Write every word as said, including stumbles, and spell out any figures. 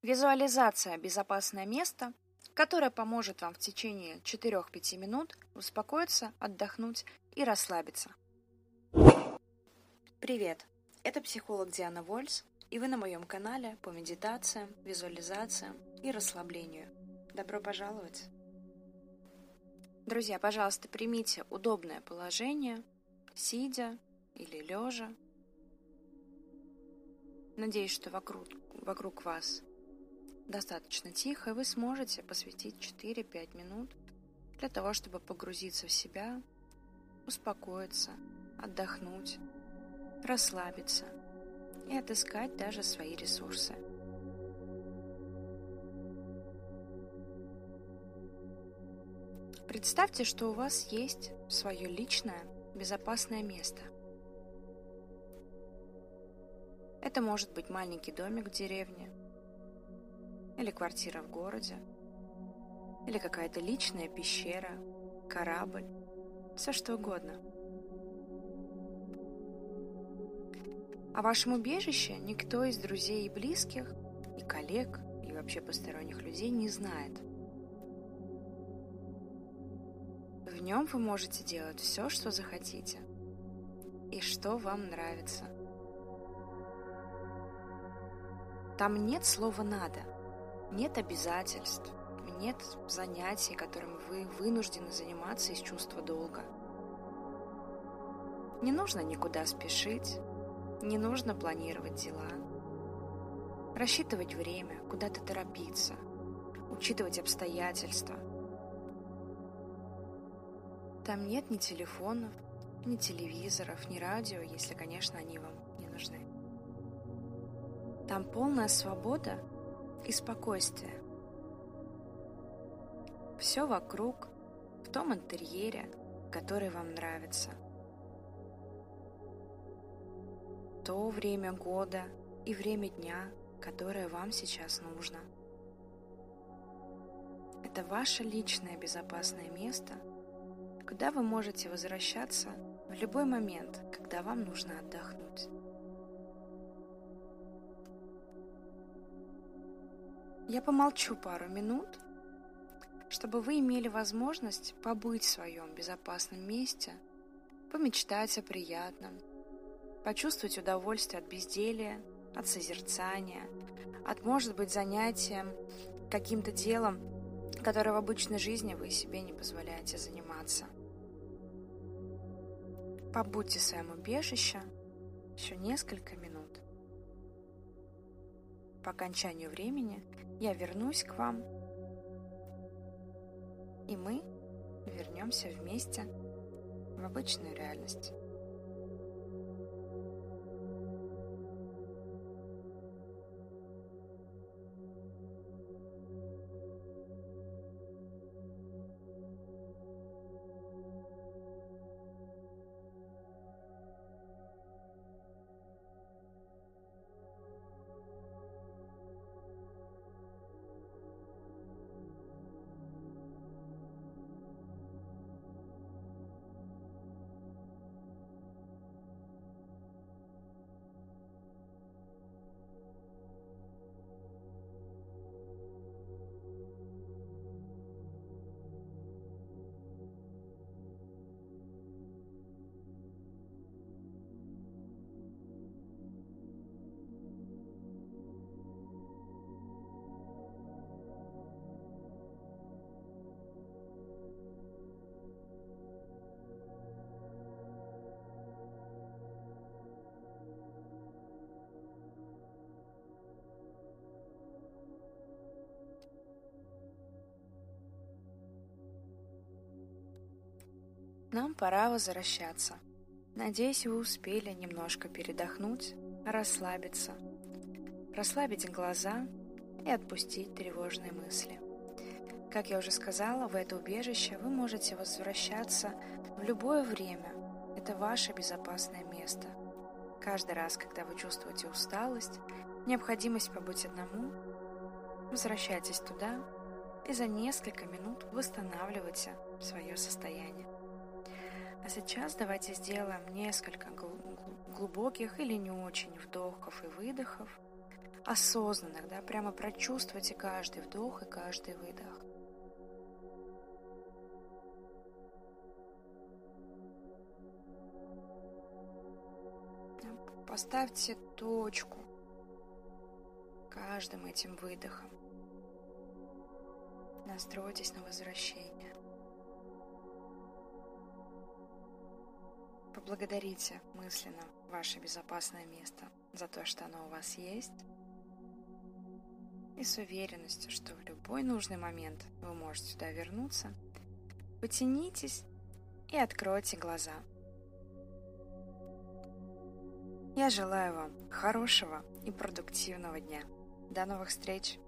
Визуализация – безопасное место, которое поможет вам в течение четырёх-пяти минут успокоиться, отдохнуть и расслабиться. Привет! Это психолог Диана Вольс, и вы на моем канале по медитациям, визуализациям и расслаблению. Добро пожаловать! Друзья, пожалуйста, примите удобное положение, сидя или лежа. Надеюсь, что вокруг, вокруг вас достаточно тихо, и вы сможете посвятить четыре-пять минут для того, чтобы погрузиться в себя, успокоиться, отдохнуть, расслабиться и отыскать даже свои ресурсы. Представьте, что у вас есть свое личное безопасное место. Это может быть маленький домик в деревне, или квартира в городе, или какая-то личная пещера, корабль, все что угодно. О вашем убежище никто из друзей и близких, и коллег, и вообще посторонних людей не знает. В нем вы можете делать все, что захотите, и что вам нравится. Там нет слова «надо», нет обязательств, нет занятий, которым вы вынуждены заниматься из чувства долга. Не нужно никуда спешить, не нужно планировать дела, рассчитывать время, куда-то торопиться, учитывать обстоятельства. Там нет ни телефонов, ни телевизоров, ни радио, если, конечно, они вам не нужны. Там полная свобода и спокойствие. Все вокруг, в том интерьере, который вам нравится. То время года и время дня, которое вам сейчас нужно. Это ваше личное безопасное место, куда вы можете возвращаться в любой момент, когда вам нужно отдохнуть. Я помолчу пару минут, чтобы вы имели возможность побыть в своем безопасном месте, помечтать о приятном, почувствовать удовольствие от безделья, от созерцания, от, может быть, занятия каким-то делом, которое в обычной жизни вы себе не позволяете заниматься. Побудьте в своем убежище еще несколько минут. По окончанию времени я вернусь к вам, и мы вернемся вместе в обычную реальность. Нам пора возвращаться. Надеюсь, вы успели немножко передохнуть, расслабиться, расслабить глаза и отпустить тревожные мысли. Как я уже сказала, в это убежище вы можете возвращаться в любое время. Это ваше безопасное место. Каждый раз, когда вы чувствуете усталость, необходимость побыть одному, возвращайтесь туда и за несколько минут восстанавливайте свое состояние. А сейчас давайте сделаем несколько глубоких или не очень вдохов и выдохов, осознанных, да, прямо прочувствуйте каждый вдох и каждый выдох. Поставьте точку каждым этим выдохом. Настройтесь на возвращение. Поблагодарите мысленно ваше безопасное место за то, что оно у вас есть. И с уверенностью, что в любой нужный момент вы можете сюда вернуться, потянитесь и откройте глаза. Я желаю вам хорошего и продуктивного дня. До новых встреч!